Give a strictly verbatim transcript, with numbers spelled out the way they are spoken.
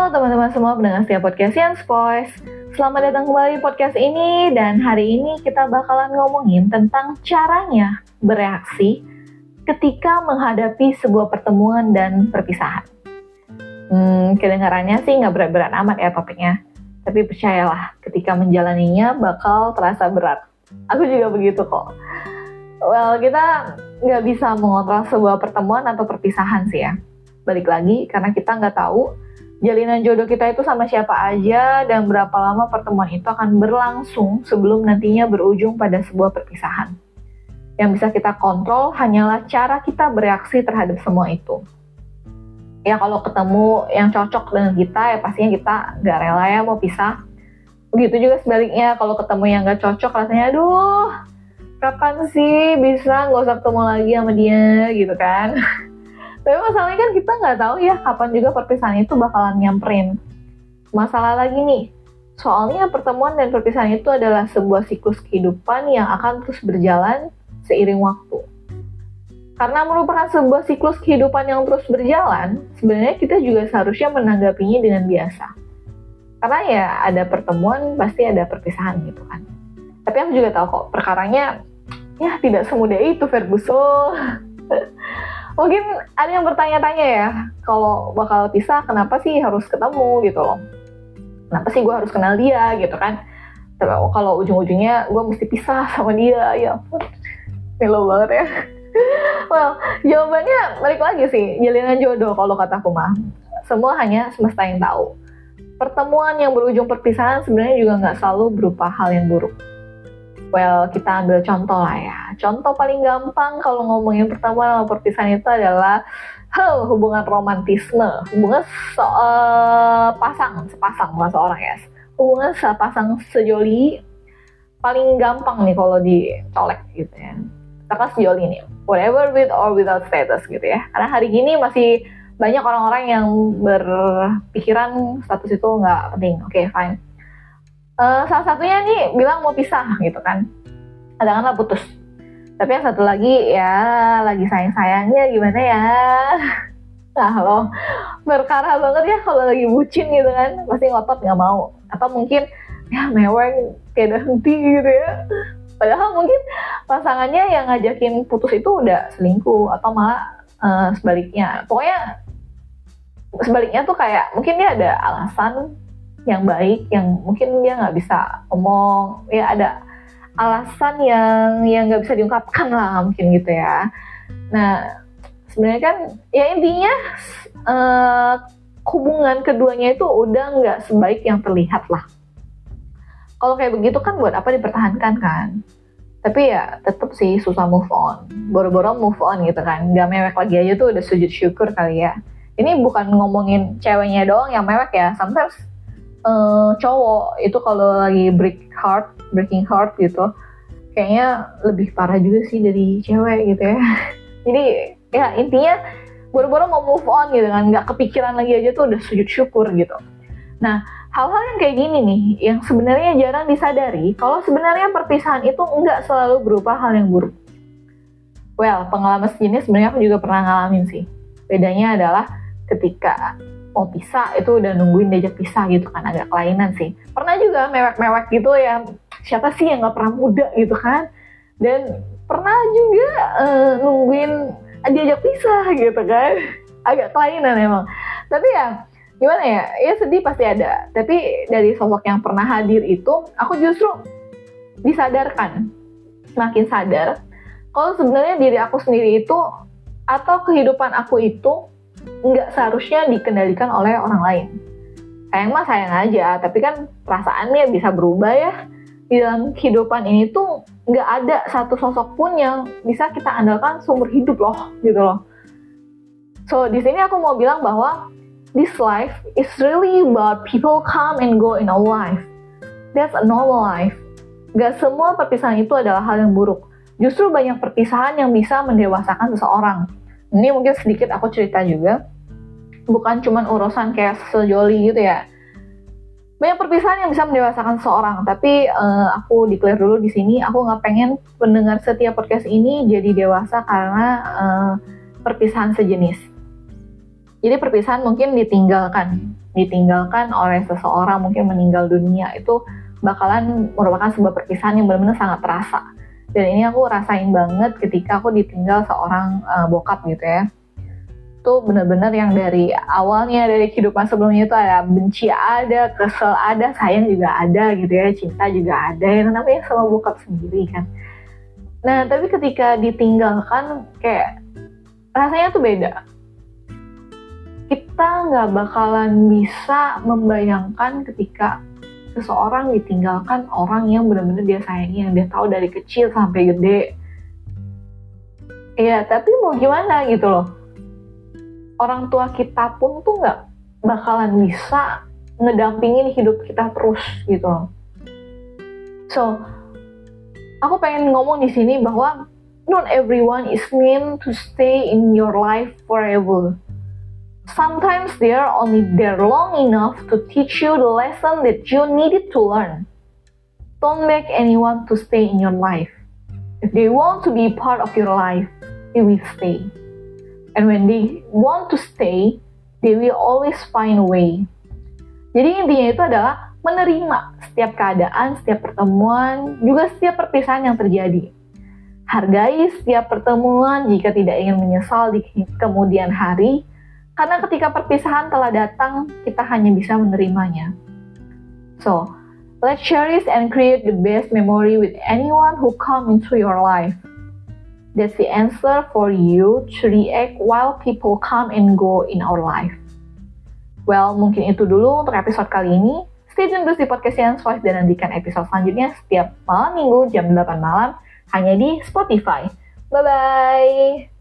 Halo teman-teman semua pendengar setia podcast Yans Voice. Selamat datang kembali di podcast ini, dan hari ini kita bakalan ngomongin tentang caranya bereaksi ketika menghadapi sebuah pertemuan dan perpisahan. Hmm, kedengarannya sih nggak berat-berat amat ya topiknya, tapi percayalah ketika menjalaninya bakal terasa berat. Aku juga begitu kok. Well, kita nggak bisa mengontrol sebuah pertemuan atau perpisahan sih ya. Balik lagi, karena kita nggak tahu jalinan jodoh kita itu sama siapa aja dan berapa lama pertemuan itu akan berlangsung sebelum nantinya berujung pada sebuah perpisahan. Yang bisa kita kontrol hanyalah cara kita bereaksi terhadap semua itu. Ya kalau ketemu yang cocok dengan kita, ya pastinya kita nggak rela ya mau pisah. Begitu juga sebaliknya, kalau ketemu yang nggak cocok rasanya, aduh kapan sih bisa nggak usah ketemu lagi sama dia gitu kan. Tapi masalahnya kan kita nggak tahu ya kapan juga perpisahan itu bakalan nyamperin. Masalah lagi nih, soalnya pertemuan dan perpisahan itu adalah sebuah siklus kehidupan yang akan terus berjalan seiring waktu. Karena merupakan sebuah siklus kehidupan yang terus berjalan, sebenarnya kita juga seharusnya menanggapinya dengan biasa. Karena ya ada pertemuan, pasti ada perpisahan gitu kan. Tapi aku juga tahu kok, perkaranya ya tidak semudah itu, Ferguson. Mungkin ada yang bertanya-tanya ya, kalau bakal pisah kenapa sih harus ketemu gitu loh. Kenapa sih gue harus kenal dia gitu kan. Tapi kalau ujung-ujungnya gue mesti pisah sama dia, ya ampun. Melo banget ya. Well, jawabannya balik lagi sih, jalinan jodoh kalau kataku mah. Semua hanya semesta yang tahu. Pertemuan yang berujung perpisahan sebenarnya juga nggak selalu berupa hal yang buruk. Well, kita ambil contoh lah ya. Contoh paling gampang kalau ngomongin pertemuan atau perpisahan itu adalah huh, hubungan romantisme. Hubungan so, uh, pasang, sepasang, bukan seorang ya. Hubungan sepasang sejoli paling gampang nih kalau dicolek gitu ya. Katakan sejoli nih, whatever with or without status gitu ya. Karena hari gini masih banyak orang-orang yang berpikiran status itu nggak penting. Oke, okay, fine. Uh, salah satunya nih bilang mau pisah gitu kan, katakanlah putus. Tapi yang satu lagi ya lagi sayang-sayangnya gimana ya. Nah lo berkara banget ya kalau lagi bucin gitu kan, pasti ngotot nggak mau. Atau mungkin ya meweng kayak henti gitu ya. Padahal mungkin pasangannya yang ngajakin putus itu udah selingkuh atau malah uh, sebaliknya. Pokoknya sebaliknya tuh kayak mungkin dia ada alasan yang baik, yang mungkin dia nggak bisa ngomong, ya ada alasan yang yang nggak bisa diungkapkan lah mungkin gitu ya. Nah sebenarnya kan ya intinya uh, hubungan keduanya itu udah nggak sebaik yang terlihat lah. Kalau kayak begitu kan buat apa dipertahankan kan? Tapi ya tetap sih susah move on, boro-boro move on gitu kan, nggak mewek lagi aja tuh udah sujud syukur kali ya. Ini bukan ngomongin ceweknya doang yang mewek ya, sometimes Uh, cowok itu kalau lagi break heart, breaking heart gitu, kayaknya lebih parah juga sih dari cewek gitu ya. Jadi ya intinya boro-boro mau move on gitu kan, nggak kepikiran lagi aja tuh udah sujud syukur gitu. Nah hal-hal yang kayak gini nih, yang sebenarnya jarang disadari, kalau sebenarnya perpisahan itu nggak selalu berupa hal yang buruk. Well, pengalaman sejenis sebenarnya aku juga pernah ngalamin sih. Bedanya adalah ketika mau pisah itu udah nungguin diajak pisah gitu kan, agak kelainan sih. Pernah juga mewek-mewek gitu ya, siapa sih yang gak pernah muda gitu kan. Dan pernah juga uh, nungguin diajak pisah gitu kan, agak kelainan emang. Tapi ya gimana ya, ya sedih pasti ada. Tapi dari sosok yang pernah hadir itu, aku justru disadarkan, semakin sadar kalau sebenarnya diri aku sendiri itu atau kehidupan aku itu nggak seharusnya dikendalikan oleh orang lain. Sayang mah sayang aja, tapi kan perasaannya bisa berubah ya. Di dalam kehidupan ini tuh nggak ada satu sosok pun yang bisa kita andalkan seumur hidup loh, gitu loh. So di sini aku mau bilang bahwa this life is really about people come and go in our life. That's a normal life. Gak semua perpisahan itu adalah hal yang buruk. Justru banyak perpisahan yang bisa mendewasakan seseorang. Ini mungkin sedikit aku cerita juga, bukan cuman urusan kayak sejoli gitu ya. Banyak perpisahan yang bisa mendewasakan seseorang, tapi uh, aku declare dulu di sini, aku nggak pengen pendengar setiap podcast ini jadi dewasa karena uh, perpisahan sejenis. Jadi perpisahan mungkin ditinggalkan, ditinggalkan oleh seseorang, mungkin meninggal dunia, itu bakalan merupakan sebuah perpisahan yang benar-benar sangat terasa. Dan ini aku rasain banget ketika aku ditinggal seorang uh, bokap gitu ya. Itu benar-benar yang dari awalnya, dari kehidupan sebelumnya itu ada benci ada, kesel ada, sayang juga ada gitu ya, cinta juga ada, yang namanya sama bokap sendiri kan. Nah tapi ketika ditinggalkan kayak rasanya tuh beda. Kita nggak bakalan bisa membayangkan ketika seseorang ditinggalkan orang yang benar-benar dia sayangi, yang dia tahu dari kecil sampai gede. Iya, tapi mau gimana gitu loh. Orang tua kita pun tuh nggak bakalan bisa ngedampingin hidup kita terus gitu loh. So, aku pengen ngomong di sini bahwa not everyone is meant to stay in your life forever. Sometimes they are only there long enough to teach you the lesson that you needed to learn. Don't make anyone to stay in your life. If they want to be part of your life, they will stay. And when they want to stay, they will always find a way. Jadi intinya itu adalah menerima setiap keadaan, setiap pertemuan, juga setiap perpisahan yang terjadi. Hargai setiap pertemuan jika tidak ingin menyesal di kemudian hari, karena ketika perpisahan telah datang, kita hanya bisa menerimanya. So, let's cherish and create the best memory with anyone who come into your life. That's the answer for you to react while people come and go in our life. Well, mungkin itu dulu untuk episode kali ini. Stay tune terus di podcast Science Voice dan nantikan episode selanjutnya setiap malam minggu jam delapan malam hanya di Spotify. Bye-bye!